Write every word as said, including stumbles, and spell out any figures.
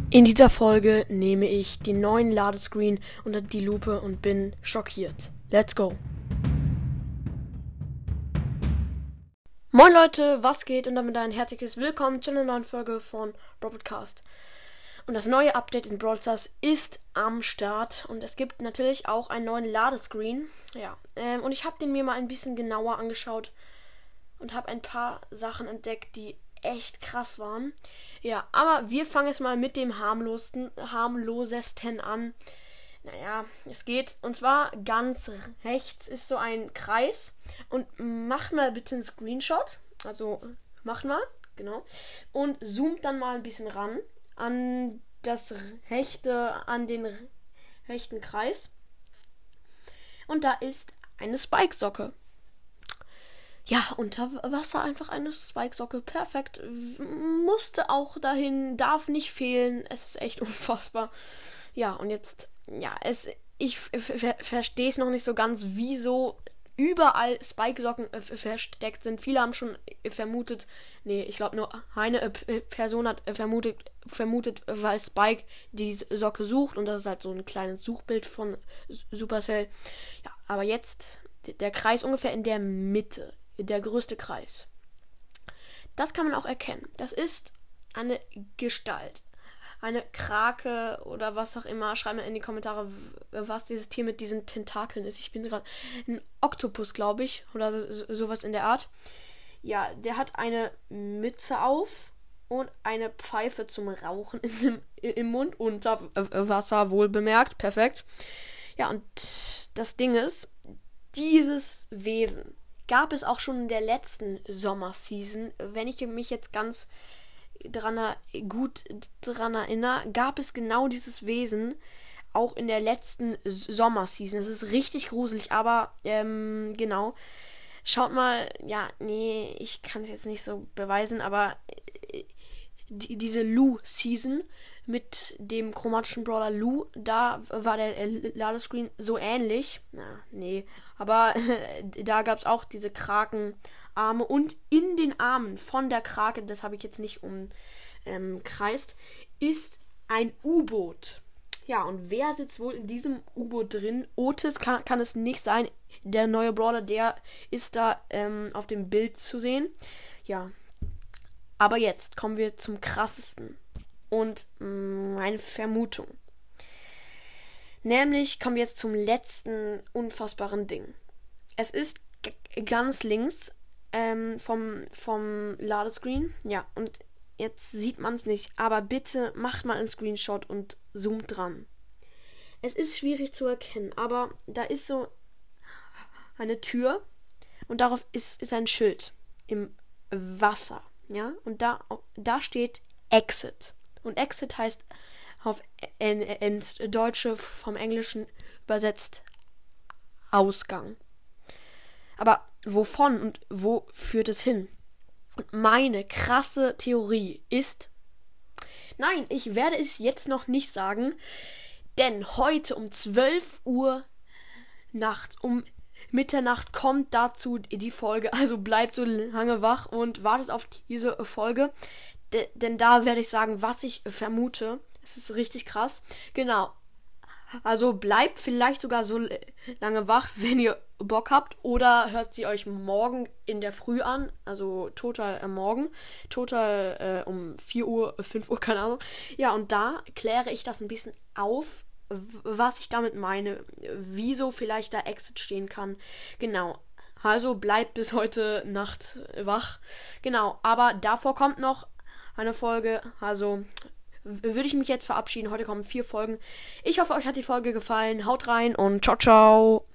In dieser Folge nehme ich den neuen Ladescreen unter die Lupe und bin schockiert. Let's go! Moin Leute, was geht? Und damit ein herzliches Willkommen zu einer neuen Folge von Broadcast. Und das neue Update in Brawl Stars ist am Start und es gibt natürlich auch einen neuen Ladescreen. Ja, ähm, und ich habe den mir mal ein bisschen genauer angeschaut und habe ein paar Sachen entdeckt, die echt krass waren. Ja, aber wir fangen jetzt mal mit dem harmlosesten, harmlosesten an. Naja, es geht. Und zwar ganz rechts ist so ein Kreis. Und macht mal bitte einen Screenshot. Also, macht mal, genau. Und zoomt dann mal ein bisschen ran an das rechte, an den rechten Kreis. Und da ist eine Spike-Socke. Ja, unter Wasser einfach eine Spike-Socke. Perfekt. Musste auch dahin, darf nicht fehlen. Es ist echt unfassbar. Ja, und jetzt, ja, es, ich ver- verstehe es noch nicht so ganz, wieso überall Spike-Socken äh, versteckt sind. Viele haben schon vermutet, nee, ich glaube nur eine äh, Person hat äh, vermutet, vermutet, weil Spike die Socke sucht. Und das ist halt so ein kleines Suchbild von Supercell. Ja, aber jetzt der Kreis ungefähr in der Mitte. Der größte Kreis. Das kann man auch erkennen. Das ist eine Gestalt. Eine Krake oder was auch immer. Schreibt mir in die Kommentare, was dieses Tier mit diesen Tentakeln ist. Ich bin gerade ein Oktopus, glaube ich. Oder so, sowas in der Art. Ja, der hat eine Mütze auf und eine Pfeife zum Rauchen in dem, im Mund. Unter Wasser, wohl bemerkt. Perfekt. Ja, und das Ding ist, dieses Wesen gab es auch schon in der letzten Sommerseason. Wenn ich mich jetzt ganz dran, gut dran erinnere, gab es genau dieses Wesen auch in der letzten Sommerseason. Es ist richtig gruselig, aber ähm, genau. Schaut mal, ja, nee, ich kann es jetzt nicht so beweisen, aber äh, die, diese Lu-Season mit dem chromatischen Brawler Lu, da war der äh, Ladescreen so ähnlich. Na, nee. Aber äh, da gab es auch diese Krakenarme. Und in den Armen von der Krake, das habe ich jetzt nicht umkreist, ähm, ist ein U-Boot. Ja, und wer sitzt wohl in diesem U-Boot drin? Otis kann, kann es nicht sein. Der neue Brawler, der ist da ähm, auf dem Bild zu sehen. Ja. Aber jetzt kommen wir zum krassesten. Und meine Vermutung. Nämlich kommen wir jetzt zum letzten unfassbaren Ding. Es ist g- ganz links ähm, vom, vom Ladescreen. Ja, und jetzt sieht man es nicht. Aber bitte macht mal einen Screenshot und zoomt dran. Es ist schwierig zu erkennen, aber da ist so eine Tür und darauf ist, ist ein Schild im Wasser. Ja, und da, da steht Exit. Und Exit heißt auf ins Deutsche vom Englischen übersetzt Ausgang. Aber wovon und wo führt es hin? Und meine krasse Theorie ist, nein, ich werde es jetzt noch nicht sagen, denn heute um zwölf Uhr nachts, um Mitternacht kommt dazu die Folge. Also bleibt so lange wach und wartet auf diese Folge. De- denn da werde ich sagen, was ich vermute. Es ist richtig krass. Genau. Also bleibt vielleicht sogar so lange wach, wenn ihr Bock habt. Oder hört sie euch morgen in der Früh an. Also total äh, morgen. Total äh, um vier Uhr, fünf Uhr, keine Ahnung. Ja, und da kläre ich das ein bisschen auf, was ich damit meine. Wieso vielleicht da Exit stehen kann. Genau. Also bleibt bis heute Nacht wach. Genau. Aber davor kommt noch eine Folge, also würde ich mich jetzt verabschieden. Heute kommen vier Folgen. Ich hoffe, euch hat die Folge gefallen. Haut rein und ciao, ciao.